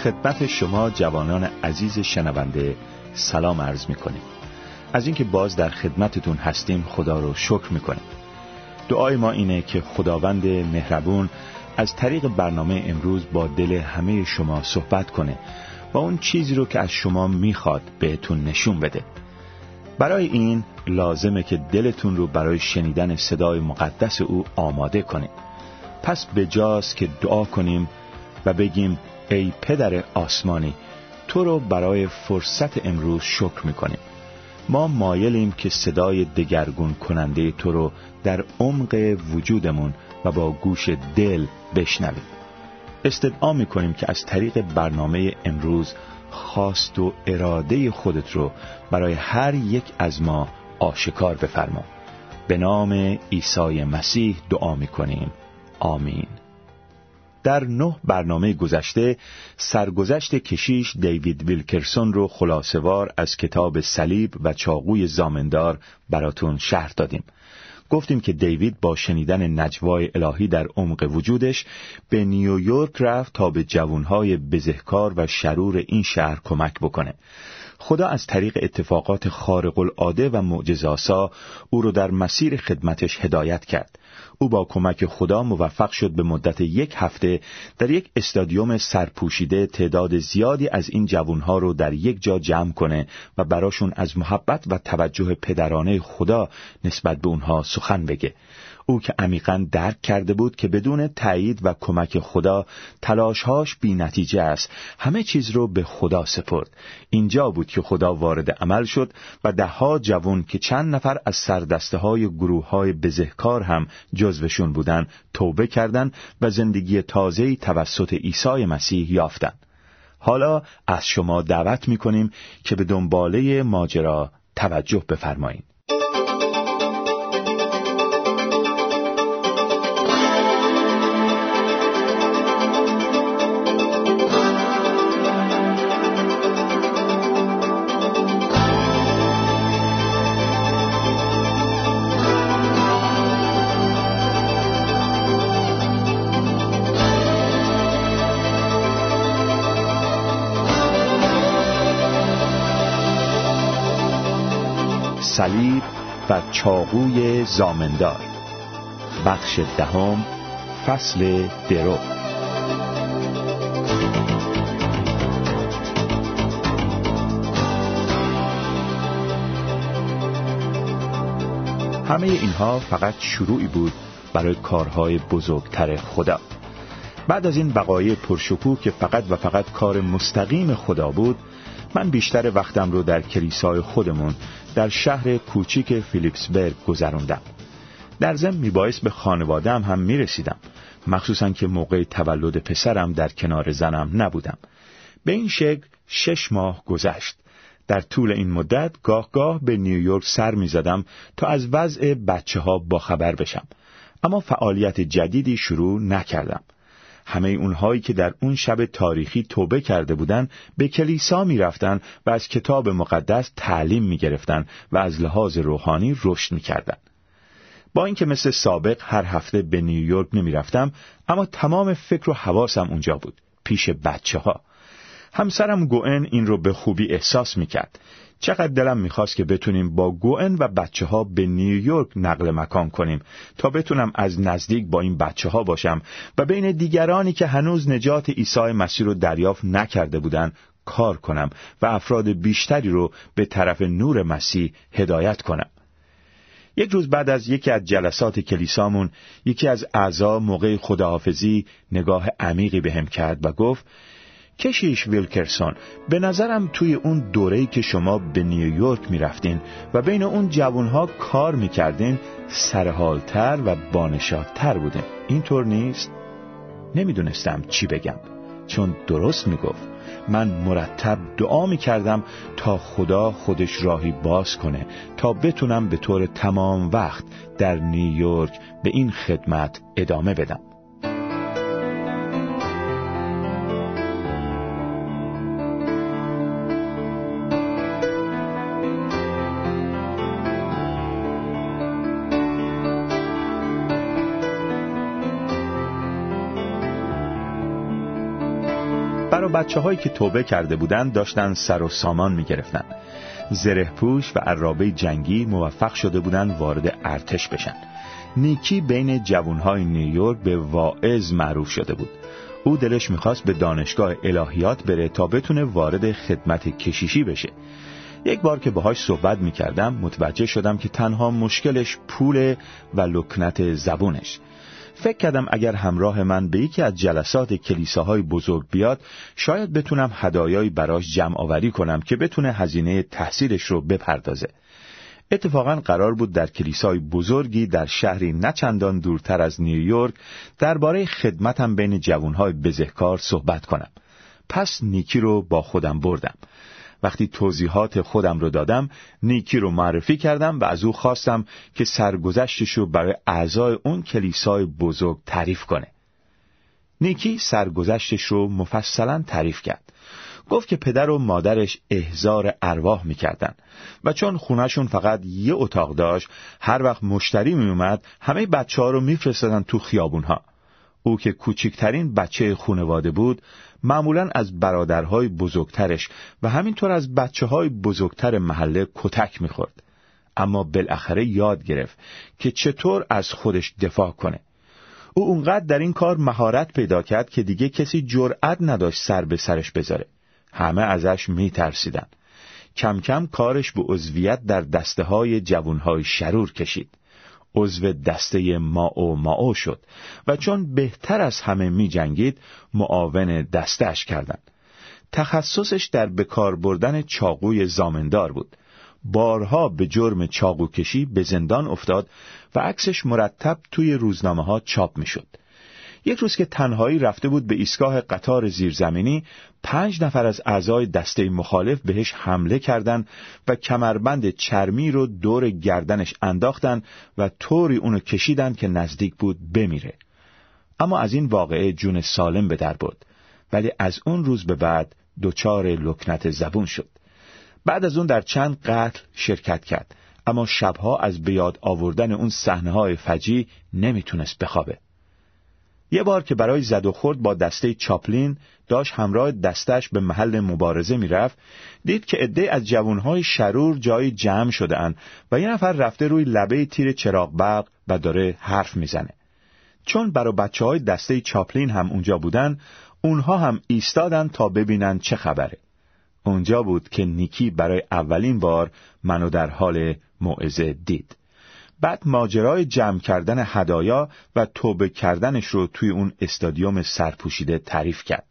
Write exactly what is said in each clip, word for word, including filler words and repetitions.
خدمت شما جوانان عزیز شنونده سلام عرض می‌کنیم. از اینکه باز در خدمتتون هستیم خدا رو شکر می‌کنیم. دعای ما اینه که خداوند مهربون از طریق برنامه امروز با دل همه شما صحبت کنه و اون چیزی رو که از شما میخواد بهتون نشون بده. برای این لازمه که دلتون رو برای شنیدن صدای مقدس او آماده کنید. پس بجاست که دعا کنیم و بگیم ای پدر آسمانی، تو رو برای فرصت امروز شکر میکنیم. ما مایلیم که صدای دگرگون کننده تو رو در عمق وجودمون و با گوش دل بشنویم. استدعا میکنیم که از طریق برنامه امروز خواست و اراده خودت رو برای هر یک از ما آشکار بفرما. به نام عیسی مسیح دعا میکنیم. آمین. در نه برنامه گذشته سرگذشت کشیش دیوید ویلکرسون رو خلاصه‌وار از کتاب صلیب و چاقوی زامندار براتون شرح دادیم. گفتیم که دیوید با شنیدن نجوای الهی در عمق وجودش به نیویورک رفت تا به جوانهای بزهکار و شرور این شهر کمک بکنه. خدا از طریق اتفاقات خارق العاده و معجزه‌آسا او رو در مسیر خدمتش هدایت کرد. او با کمک خدا موفق شد به مدت یک هفته در یک استادیوم سرپوشیده تعداد زیادی از این جوانها رو در یک جا جمع کنه و براشون از محبت و توجه پدرانه خدا نسبت به اونها سخن بگه. او که عمیقاً درک کرده بود که بدون تایید و کمک خدا تلاشهاش بی نتیجه است، همه چیز رو به خدا سپرد. اینجا بود که خدا وارد عمل شد و ده ها جوان که چند نفر از سردسته های گروه های بزهکار هم جزوشون بودن توبه کردند و زندگی تازه‌ای توسط عیسی مسیح یافتند. حالا از شما دعوت می‌کنیم که به دنباله ماجرا توجه بفرمایید. صلیب و چاقوی زامندار، بخش دهم، فصل درو. همه اینها فقط شروعی بود برای کارهای بزرگتر خدا. بعد از این وقایع پرشکوه که فقط و فقط کار مستقیم خدا بود، من بیشتر وقتم رو در کلیسای خودمون در شهر کوچیک فیلیپسبرگ گذروندم. در ضمن میبایست به خانواده‌ام هم میرسیدم، مخصوصاً که موقع تولد پسرم در کنار زنم نبودم. به این شکل شش ماه گذشت. در طول این مدت گاه گاه به نیویورک سر میزدم تا از وضع بچه ها باخبر بشم، اما فعالیت جدیدی شروع نکردم. همه اونهایی که در اون شب تاریخی توبه کرده بودن به کلیسا می رفتن و از کتاب مقدس تعلیم می گرفتن و از لحاظ روحانی رشد می کردن. با اینکه مثل سابق هر هفته به نیویورک نمی رفتم، اما تمام فکر و حواسم اونجا بود، پیش بچه ها. همسرم گوئن این رو به خوبی احساس می کرد. چقدر دلم میخواست که بتونیم با گوئن و بچه ها به نیویورک نقل مکان کنیم تا بتونم از نزدیک با این بچه ها باشم و بین دیگرانی که هنوز نجات عیسی مسیح رو دریافت نکرده بودن کار کنم و افراد بیشتری رو به طرف نور مسیح هدایت کنم. یک روز بعد از یکی از جلسات کلیسامون، یکی از اعضا موقع خداحافظی نگاه عمیقی بهم کرد و گفت: کشیش ویلکرسون، به نظرم توی اون دوره‌ای که شما به نیویورک می‌رفتین و بین اون جوانها کار می‌کردین سرحال‌تر و بانشادتر بودین. اینطور نیست؟ نمی‌دونستم چی بگم، چون درست می‌گفت. من مرتب دعا می‌کردم تا خدا خودش راهی باز کنه تا بتونم به طور تمام وقت در نیویورک به این خدمت ادامه بدم. برای بچه هایی که توبه کرده بودند داشتن سر و سامان می گرفتن. زره پوش و عرابه جنگی موفق شده بودند وارد ارتش بشن. نیکی بین جوانهای نیویورک به واعظ معروف شده بود. او دلش میخواست به دانشگاه الهیات بره تا بتونه وارد خدمت کشیشی بشه. یک بار که باهاش صحبت میکردم متوجه شدم که تنها مشکلش پول و لکنت زبونش. فکر کردم اگر همراه من به یکی از جلسات کلیساهای بزرگ بیاد شاید بتونم هدایایی براش جمع آوری کنم که بتونه هزینه تحصیلش رو بپردازه. اتفاقا قرار بود در کلیسای بزرگی در شهری نه چندان دورتر از نیویورک درباره خدمتم بین جوانهای بزهکار صحبت کنم. پس نیکی رو با خودم بردم. وقتی توضیحات خودم رو دادم، نیکی رو معرفی کردم و از او خواستم که سرگذشتش رو برای اعضای اون کلیسای بزرگ تعریف کنه. نیکی سرگذشتش رو مفصلا تعریف کرد. گفت که پدر و مادرش احضار ارواح میکردن و چون خونهشون فقط یه اتاق داشت، هر وقت مشتری میومد همه بچه ها رو میفرستادن تو خیابونها. او که کوچکترین بچه خانواده بود، معمولاً از برادرهای بزرگترش و همینطور از بچه‌های بزرگتر محله کتک می‌خورد. اما بالاخره یاد گرفت که چطور از خودش دفاع کنه. او اونقدر در این کار مهارت پیدا کرد که دیگه کسی جرأت نداشت سر به سرش بذاره. همه ازش می‌ترسیدن. کم کم کارش به عضویت در دسته‌های جوانهای شرور کشید. عضو دسته ماو ماو شد و چون بهتر از همه می جنگید معاون دسته‌اش کردند. تخصصش در بکار بردن چاقوی زامندار بود. بارها به جرم چاقو کشی به زندان افتاد و عکسش مرتب توی روزنامه ها چاپ می شد. یک روز که تنهایی رفته بود به ایستگاه قطار زیرزمینی، پنج نفر از اعضای دسته مخالف بهش حمله کردند و کمربند چرمی رو دور گردنش انداختن و طوری اونو کشیدن که نزدیک بود بمیره. اما از این واقعه جون سالم به در برد، ولی از اون روز به بعد دچار لکنت زبون شد. بعد از اون در چند قتل شرکت کرد، اما شبها از بیاد آوردن اون صحنه‌های فجیع نمیتونست بخوابه. یه بار که برای زد و خورد با دسته چاپلین داشت همراه دستش به محل مبارزه میرفت، دید که عده از جوانهای شرور جایی جمع شده اند و یه نفر رفته روی لبه تیر چراغ برق و داره حرف میزنه. چون برای بچه های دسته چاپلین هم اونجا بودن، اونها هم ایستادن تا ببینن چه خبره. اونجا بود که نیکی برای اولین بار منو در حال موعظه دید. بعد ماجرای جمع کردن هدایا و توبه کردنش رو توی اون استادیوم سرپوشیده تعریف کرد.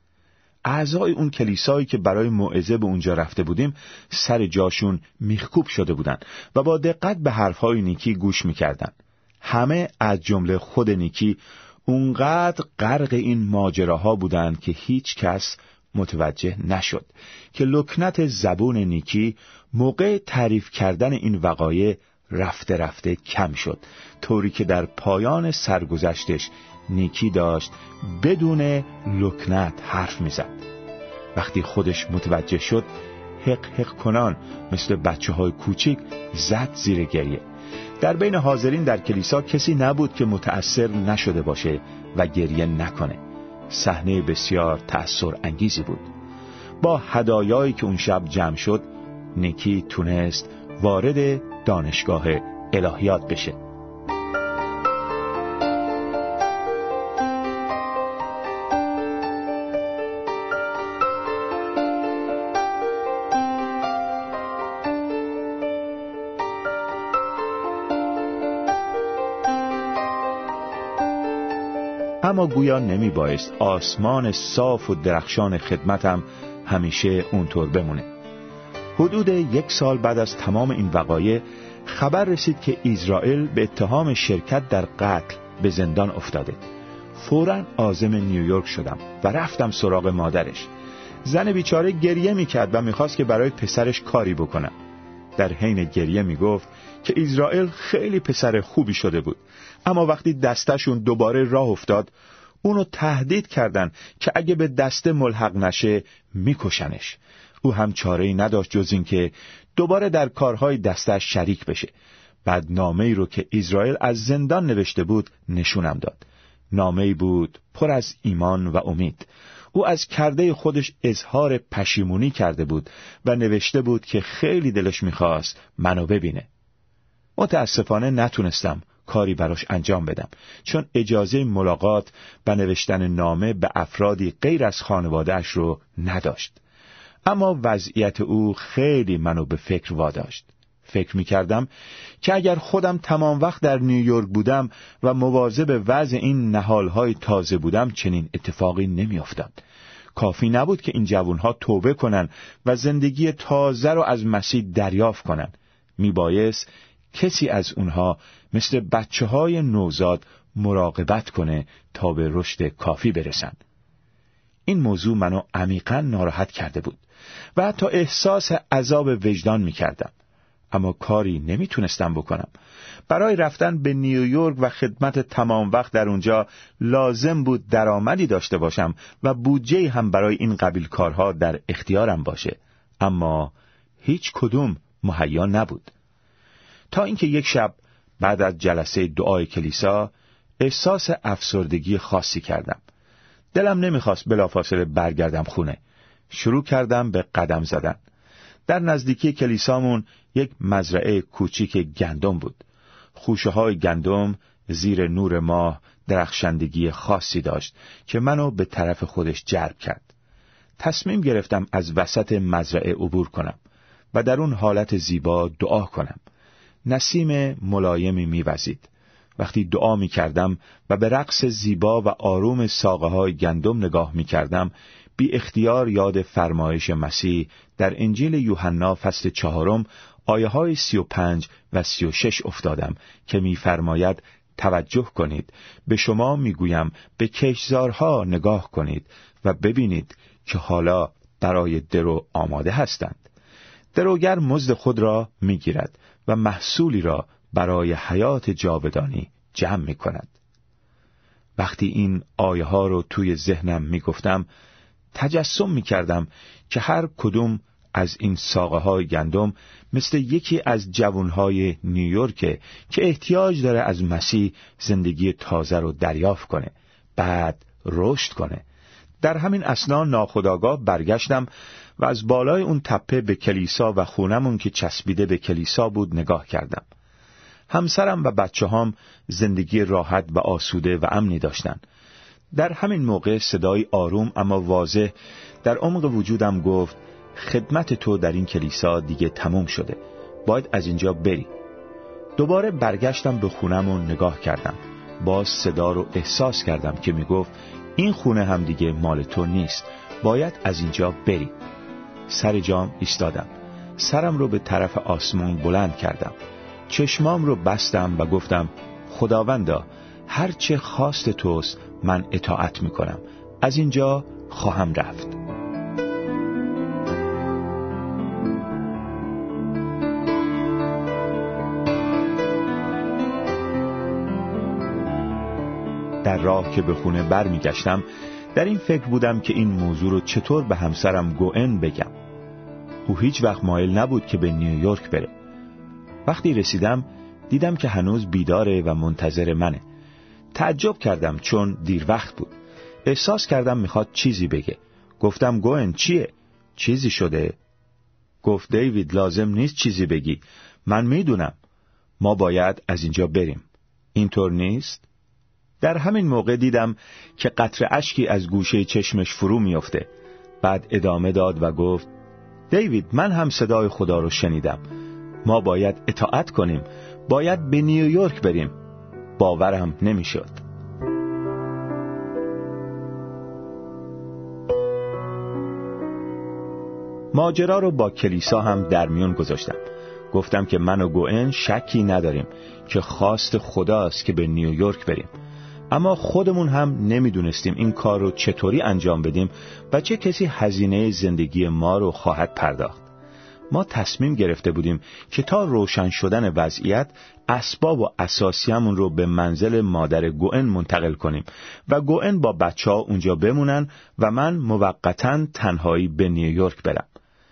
اعضای اون کلیسایی که برای موعظه به اونجا رفته بودیم سر جاشون میخکوب شده بودن و با دقت به حرفهای نیکی گوش میکردن. همه از جمله خود نیکی اونقدر غرق این ماجراها بودن که هیچ کس متوجه نشد که لکنت زبون نیکی موقع تعریف کردن این وقایع رفته رفته کم شد، طوری که در پایان سرگذشتش نیکی داشت بدون لکنت حرف میزد. وقتی خودش متوجه شد، حق حق کنان مثل بچه های کوچیک زد زیر گریه. در بین حاضرین در کلیسا کسی نبود که متأثر نشده باشه و گریه نکنه. صحنه بسیار تأثیر انگیزی بود. با هدایایی که اون شب جمع شد، نیکی تونست وارد دانشگاه الهیات بشه. اما گویا نمی بایست آسمان صاف و درخشان خدمتم همیشه اونطور بمونه. حدود یک سال بعد از تمام این وقایع خبر رسید که اسرائیل به اتهام شرکت در قتل به زندان افتاده. فوراً عازم نیویورک شدم و رفتم سراغ مادرش. زن بیچاره گریه میکرد و میخواست که برای پسرش کاری بکنم. در حین گریه میگفت که اسرائیل خیلی پسر خوبی شده بود، اما وقتی دستشون دوباره راه افتاد اونو تهدید کردن که اگه به دسته ملحق نشه میکشنش. او هم چاره‌ای نداشت جز این که دوباره در کارهای دستش شریک بشه. بعد نامه‌ای رو که اسرائیل از زندان نوشته بود نشونم داد. نامه‌ای بود پر از ایمان و امید. او از کرده خودش اظهار پشیمونی کرده بود و نوشته بود که خیلی دلش میخواست منو ببینه. متاسفانه نتونستم کاری براش انجام بدم، چون اجازه ملاقات و نوشتن نامه به افرادی غیر از خانواده‌اش رو نداشت. اما وضعیت او خیلی منو به فکر واداشت. فکر می‌کردم که اگر خودم تمام وقت در نیویورک بودم و مواظب وضع این نهال‌های تازه بودم، چنین اتفاقی نمی‌افتاد. کافی نبود که این جوانها توبه کنن و زندگی تازه رو از مسیح دریافت کنن. میبایست کسی از اونها مثل بچه‌های نوزاد مراقبت کنه تا به رشد کافی برسن. این موضوع منو عمیقاً ناراحت کرده بود و حتی احساس عذاب وجدان می‌کردم. اما کاری نمیتونستم بکنم. برای رفتن به نیویورک و خدمت تمام وقت در اونجا لازم بود درآمدی داشته باشم و بودجه هم برای این قبیل کارها در اختیارم باشه. اما هیچ کدوم مهیا نبود. تا اینکه یک شب بعد از جلسه دعای کلیسا احساس افسردگی خاصی کردم. دلم نمیخواست بلافاصله برگردم خونه. شروع کردم به قدم زدن. در نزدیکی کلیسامون یک مزرعه کوچیک گندم بود. خوشه های گندم زیر نور ماه درخشندگی خاصی داشت که منو به طرف خودش جلب کرد. تصمیم گرفتم از وسط مزرعه عبور کنم و در اون حالت زیبا دعا کنم. نسیم ملایمی میوزید. وقتی دعا می کردم و به رقص زیبا و آروم ساقه های گندم نگاه می کردم، بی اختیار یاد فرمایش مسیح در انجیل یوحنا فصل چهارم آیه های سی و پنج و سی و شش افتادم که می فرماید توجه کنید، به شما می گویم به کشتزارها نگاه کنید و ببینید که حالا برای درو آماده هستند. دروگر مزد خود را می گیرد و محصولی را برای حیات جاودانی جمع می کند. وقتی این آیه ها رو توی ذهنم می گفتم، تجسم می کردم که هر کدوم از این ساقه های گندم مثل یکی از جوانهای نیویورک که احتیاج داره از مسیح زندگی تازه رو دریافت کنه، بعد رشد کنه. در همین اثنا ناخودآگاه برگشتم و از بالای اون تپه به کلیسا و خونمون که چسبیده به کلیسا بود نگاه کردم. همسرم و بچه هام زندگی راحت و آسوده و امنی داشتن. در همین موقع صدای آروم اما واضح در عمق وجودم گفت خدمت تو در این کلیسا دیگه تموم شده. باید از اینجا بری. دوباره برگشتم به خونم و نگاه کردم. باز صدا رو احساس کردم که میگفت این خونه هم دیگه مال تو نیست. باید از اینجا بری. سر جام ایستادم. سرم رو به طرف آسمون بلند کردم. چشمام رو بستم و گفتم خداوندا، هر چه خواست توست من اطاعت میکنم. از اینجا خواهم رفت. در راه که به خونه بر می گشتم در این فکر بودم که این موضوع رو چطور به همسرم گوئن بگم. او هیچ وقت مایل نبود که به نیویورک بره. وقتی رسیدم دیدم که هنوز بیداره و منتظر منه. تعجب کردم چون دیر وقت بود. احساس کردم میخواد چیزی بگه. گفتم گوئن چیه؟ چیزی شده؟ گفت دیوید لازم نیست چیزی بگی. من میدونم. ما باید از اینجا بریم. اینطور نیست؟ در همین موقع دیدم که قطره اشکی از گوشه چشمش فرو میافته. بعد ادامه داد و گفت دیوید من هم صدای خدا رو شنیدم. ما باید اطاعت کنیم. باید به نیویورک بریم. باورم نمیشد. ماجرا رو با کلیسا هم در میون گذاشتم. گفتم که من و گوئن شکی نداریم که خواست خداست که به نیویورک بریم. اما خودمون هم نمیدونستیم این کار رو چطوری انجام بدیم و چه کسی هزینه زندگی ما رو خواهد پرداخت. ما تصمیم گرفته بودیم که تا روشن شدن وضعیت اسباب و اساسیمون رو به منزل مادر گوئن منتقل کنیم و گوئن با بچه ها اونجا بمونن و من موقتاً تنهایی به نیویورک برم.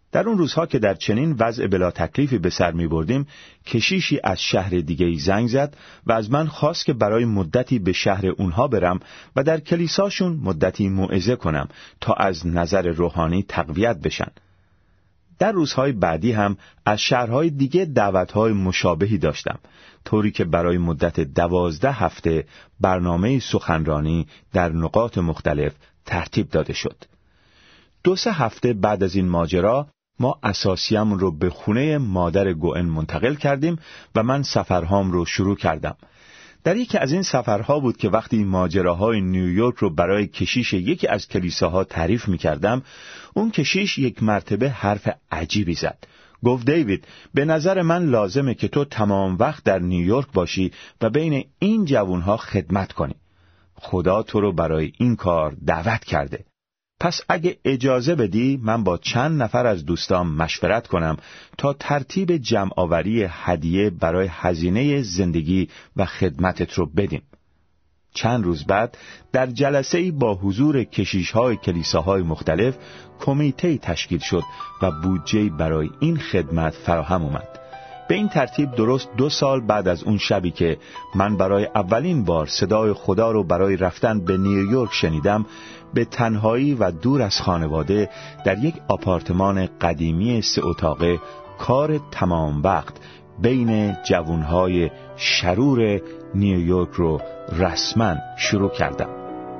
در اون روزها که در چنین وضع بلا تکلیفی به سر می بردیم، کشیشی از شهر دیگه‌ای زنگ زد و از من خواست که برای مدتی به شهر اونها برم و در کلیساشون مدتی موعظه کنم تا از نظر روحانی تقویت بشن. در روزهای بعدی هم از شهرهای دیگه دعوتهای مشابهی داشتم، طوری که برای مدت دوازده هفته برنامه سخنرانی در نقاط مختلف ترتیب داده شد. دو سه هفته بعد از این ماجرا ما اساسیه‌مون رو به خونه مادر گوئن منتقل کردیم و من سفرهام رو شروع کردم. در یکی از این سفرها بود که وقتی ماجراهای نیویورک رو برای کشیش یکی از کلیساها تعریف می کردم، اون کشیش یک مرتبه حرف عجیبی زد. گفت دیوید، به نظر من لازمه که تو تمام وقت در نیویورک باشی و بین این جوانها خدمت کنی. خدا تو رو برای این کار دعوت کرده. پس اگه اجازه بدی من با چند نفر از دوستام مشورت کنم تا ترتیب جمع‌آوری هدیه برای هزینه زندگی و خدمتت رو بدیم. چند روز بعد در جلسه‌ای با حضور کشیش‌های کلیساهای مختلف کمیته تشکیل شد و بودجه برای این خدمت فراهم اومد. به این ترتیب درست دو سال بعد از اون شبی که من برای اولین بار صدای خدا رو برای رفتن به نیویورک شنیدم، به تنهایی و دور از خانواده در یک آپارتمان قدیمی سه اتاقه کار تمام وقت بین جوانهای شرور نیویورک رو رسما شروع کردم.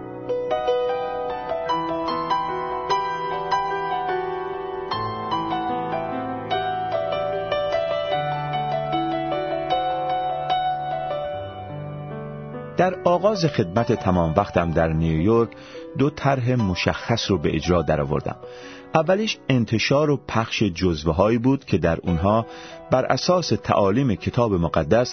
در آغاز خدمت تمام وقتم در نیویورک دو طرح مشخص رو به اجرا درآوردم. اولیش انتشار و پخش جزوه‌هایی بود که در اونها بر اساس تعالیم کتاب مقدس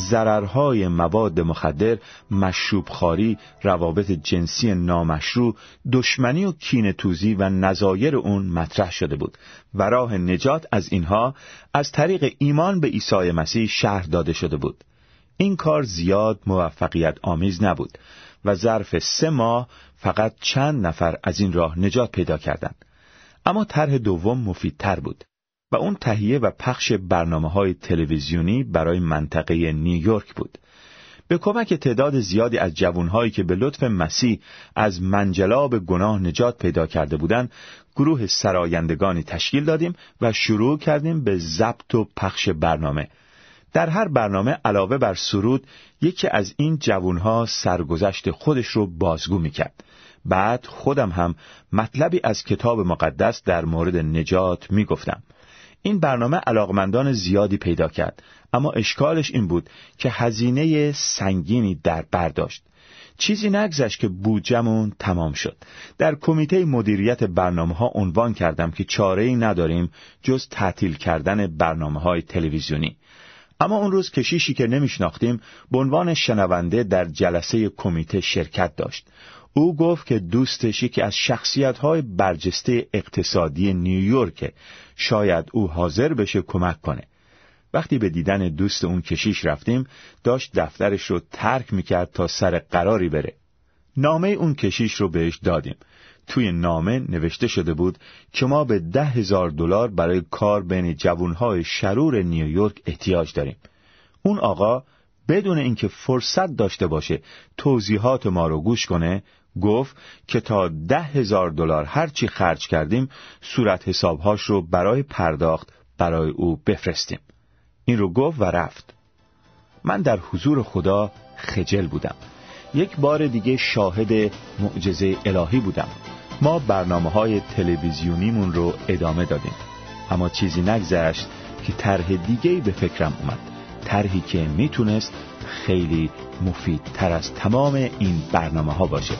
ضررهای مواد مخدر، مشروبخواری، روابط جنسی نامشروع، دشمنی و کینه‌توزی و نظایر اون مطرح شده بود و راه نجات از اینها از طریق ایمان به عیسی مسیح شرح داده شده بود. این کار زیاد موفقیت آمیز نبود و ظرف سه ماه فقط چند نفر از این راه نجات پیدا کردند. اما طرح دوم مفیدتر بود و اون تهیه و پخش برنامه‌های تلویزیونی برای منطقه نیویورک بود. به کمک تعداد زیادی از جوانهایی که به لطف مسیح از منجلاب گناه نجات پیدا کرده بودند، گروه سرایندگانی تشکیل دادیم و شروع کردیم به ضبط و پخش برنامه. در هر برنامه علاوه بر سرود، یکی از این جوانها سرگذشت خودش رو بازگو میکرد. بعد خودم هم مطلبی از کتاب مقدس در مورد نجات میگفتم. این برنامه علاقمندان زیادی پیدا کرد، اما اشکالش این بود که هزینه سنگینی در بر داشت. چیزی نگذشت که بودجه‌مون تمام شد. در کمیته مدیریت برنامه‌ها عنوان کردم که چاره‌ای نداریم جز تعطیل کردن برنامه‌های تلویزیونی. اما اون روز کشیشی که نمیشناختیم به عنوان شنونده در جلسه کمیته شرکت داشت. او گفت که دوستش یکی از شخصیت‌های برجسته اقتصادی نیویورک، شاید او حاضر بشه کمک کنه. وقتی به دیدن دوست اون کشیش رفتیم، داشت دفترش رو ترک میکرد تا سر قراری بره. نامه اون کشیش رو بهش دادیم. توی نامه نوشته شده بود که ما به ده هزار دلار برای کار بین جوانهای شرور نیویورک احتیاج داریم. اون آقا بدون اینکه فرصت داشته باشه توضیحات ما رو گوش کنه، گفت که تا ده هزار دلار هرچی خرج کردیم صورت حسابهاش رو برای پرداخت برای او بفرستیم. این رو گفت و رفت. من در حضور خدا خجل بودم. یک بار دیگه شاهد معجزه الهی بودم. ما برنامه‌های تلویزیونیمون رو ادامه دادیم، اما چیزی نگذشت که طرح دیگه‌ای به فکرم اومد، طرحی که میتونست خیلی مفیدتر از تمام این برنامه‌ها باشه.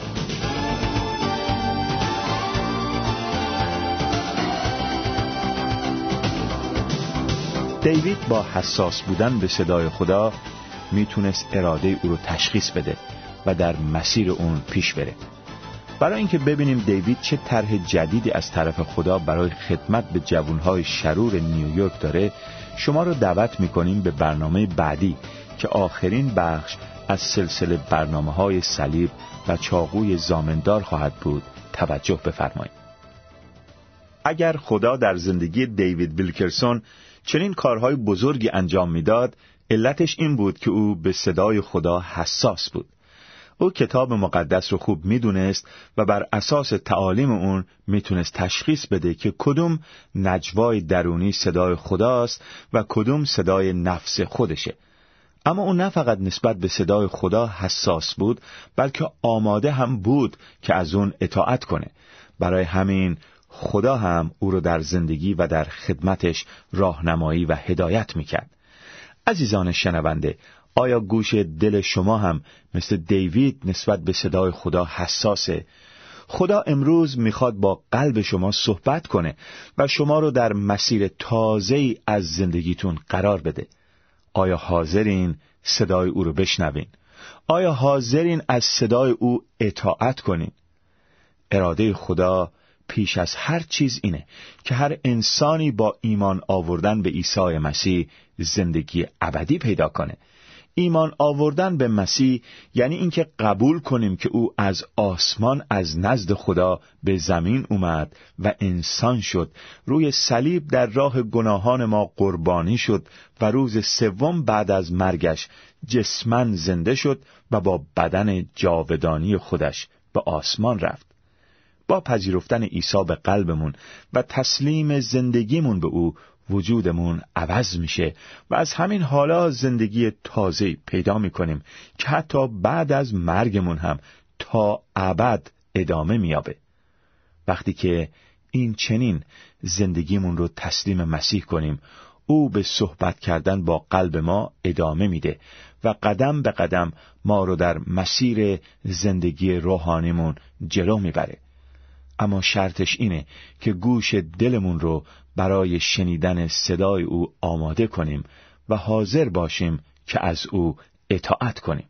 دیوید با حساس بودن به صدای خدا میتونست اراده او رو تشخیص بده و در مسیر اون پیش بره. برای اینکه ببینیم دیوید چه طرح جدیدی از طرف خدا برای خدمت به جوانهای شرور نیویورک داره، شما رو دعوت میکنیم به برنامه بعدی که آخرین بخش از سلسله برنامه‌های صلیب و چاقوی زامندار خواهد بود توجه بفرمایید. اگر خدا در زندگی دیوید ویلکرسون چنین کارهای بزرگی انجام میداد، علتش این بود که او به صدای خدا حساس بود. او کتاب مقدس رو خوب میدونست و بر اساس تعالیم اون میتونست تشخیص بده که کدوم نجوای درونی صدای خداست و کدوم صدای نفس خودشه. اما اون نه فقط نسبت به صدای خدا حساس بود، بلکه آماده هم بود که از اون اطاعت کنه. برای همین خدا هم او رو در زندگی و در خدمتش راهنمایی و هدایت میکرد. عزیزان شنونده، آیا گوش دل شما هم مثل دیوید نسبت به صدای خدا حساسه؟ خدا امروز میخواد با قلب شما صحبت کنه و شما رو در مسیر تازه‌ای از زندگیتون قرار بده. آیا حاضرین صدای او رو بشنوین؟ آیا حاضرین از صدای او اطاعت کنین؟ اراده خدا پیش از هر چیز اینه که هر انسانی با ایمان آوردن به عیسی مسیح زندگی ابدی پیدا کنه. ایمان آوردن به مسیح یعنی اینکه قبول کنیم که او از آسمان از نزد خدا به زمین اومد و انسان شد، روی صلیب در راه گناهان ما قربانی شد و روز سوم بعد از مرگش جسماً زنده شد و با بدن جاودانی خودش به آسمان رفت. با پذیرفتن عیسی به قلبمون و تسلیم زندگیمون به او، وجودمون عوض میشه و از همین حالا زندگی تازه پیدا میکنیم که حتی بعد از مرگمون هم تا ابد ادامه میابه. وقتی که این چنین زندگیمون رو تسلیم مسیح کنیم، او به صحبت کردن با قلب ما ادامه میده و قدم به قدم ما رو در مسیر زندگی روحانیمون جلو میبره. اما شرطش اینه که گوش دلمون رو برای شنیدن صدای او آماده کنیم و حاضر باشیم که از او اطاعت کنیم.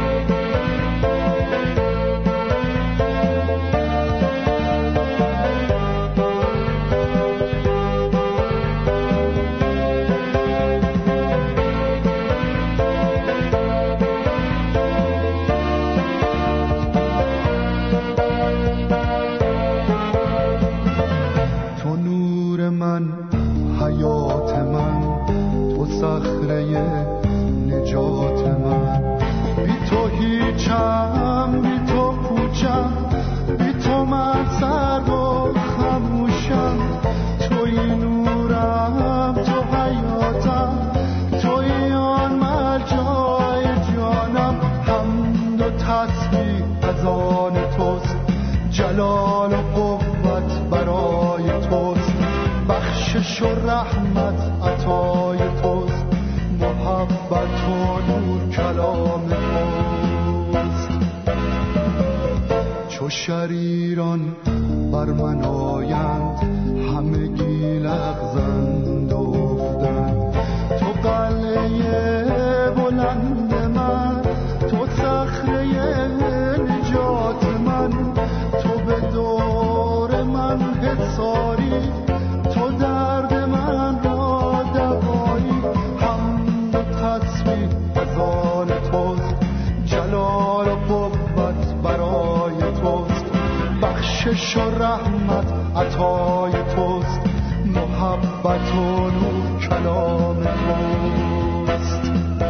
شریران بر من آیند، همگی لغزند و افتند. تو قلعه بلند من، تو صخره نجات من، تو به دور من حصاری، تو درد من را دوایی. حمد و تسبیح از آن توست، جلال و قوت برای توست. بخشش و رحمت عطای توست، محبت و نور کلام توست.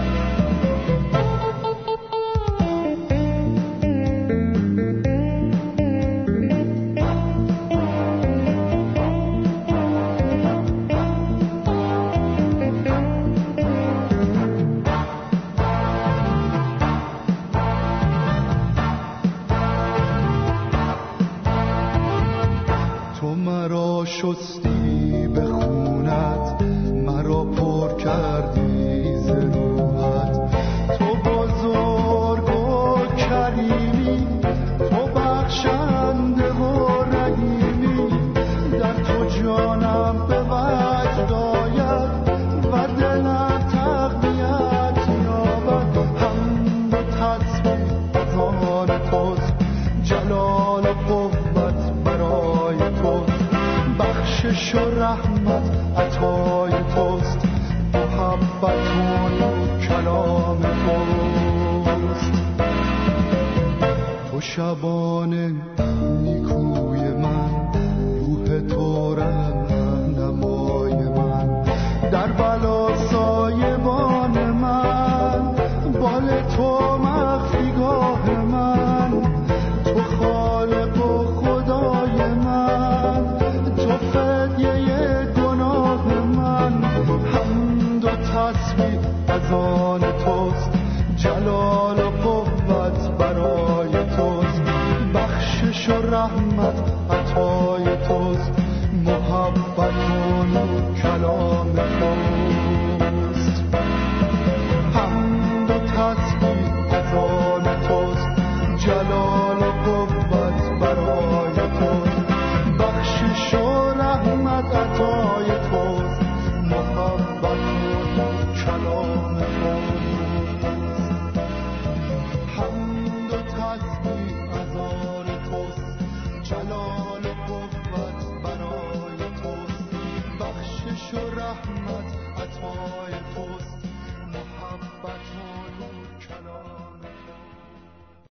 شستی به خونت، مرا پر کردی ز روحت. تو بزرگ و کریمی، تو بخشنده و رحیمی. در تو جانم به وجد آید و دلم تقویت یابد. حمد و تسبیح از آن توست، جلال و قوت برای توست. بخشش و رحمت عطای توست، محبت و نور کلام توست. تو شبان نیکوی من، روح تو را رحمت عطای توست، محبت و نور کلام توست. حمد و تسبیح از آن توست، جلال و قوت برای توست، بخشش و رحمت عطای توست، محبت و نور کلام توست.